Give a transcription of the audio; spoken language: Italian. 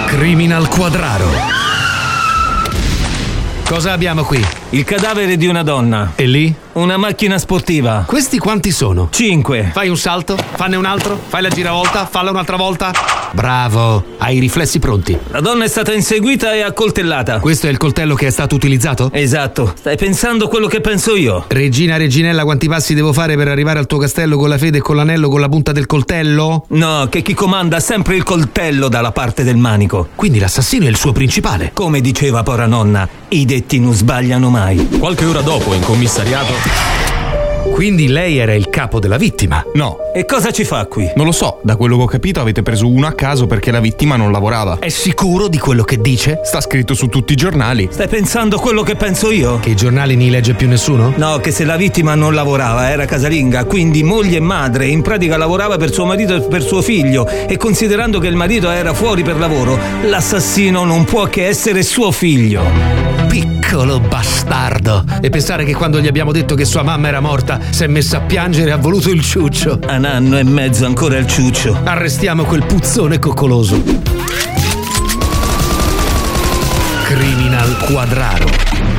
Criminal Quadraro. Cosa abbiamo qui? Il cadavere di una donna. E lì? Una macchina sportiva. Questi quanti sono? 5. Fai un salto, fanne un altro, fai la giravolta, falla un'altra volta. Bravo, hai i riflessi pronti. La donna è stata inseguita e accoltellata. Questo è il coltello che è stato utilizzato? Esatto. Stai pensando quello che penso io? Reginella, quanti passi devo fare per arrivare al tuo castello con la fede e con l'anello con la punta del coltello? No, che chi comanda ha sempre il coltello dalla parte del manico. Quindi l'assassino è il suo principale. Come diceva pora nonna, i detti non sbagliano mai. Qualche ora dopo, in commissariato... Quindi lei era il capo della vittima? No. E cosa ci fa qui? Non lo so, da quello che ho capito avete preso uno a caso perché la vittima non lavorava. È sicuro di quello che dice? Sta scritto su tutti i giornali. Stai pensando quello che penso io? Che i giornali ne legge più nessuno? No, che se la vittima non lavorava, era casalinga, quindi moglie e madre, in pratica lavorava per suo marito e per suo figlio, e considerando che il marito era fuori per lavoro, l'assassino non può che essere suo figlio. Piccolo bastardo! E pensare che quando gli abbiamo detto che sua mamma era morta si è messa a piangere e ha voluto il ciuccio. Un anno e mezzo ancora il ciuccio. Arrestiamo quel puzzone coccoloso. Criminal Quadraro.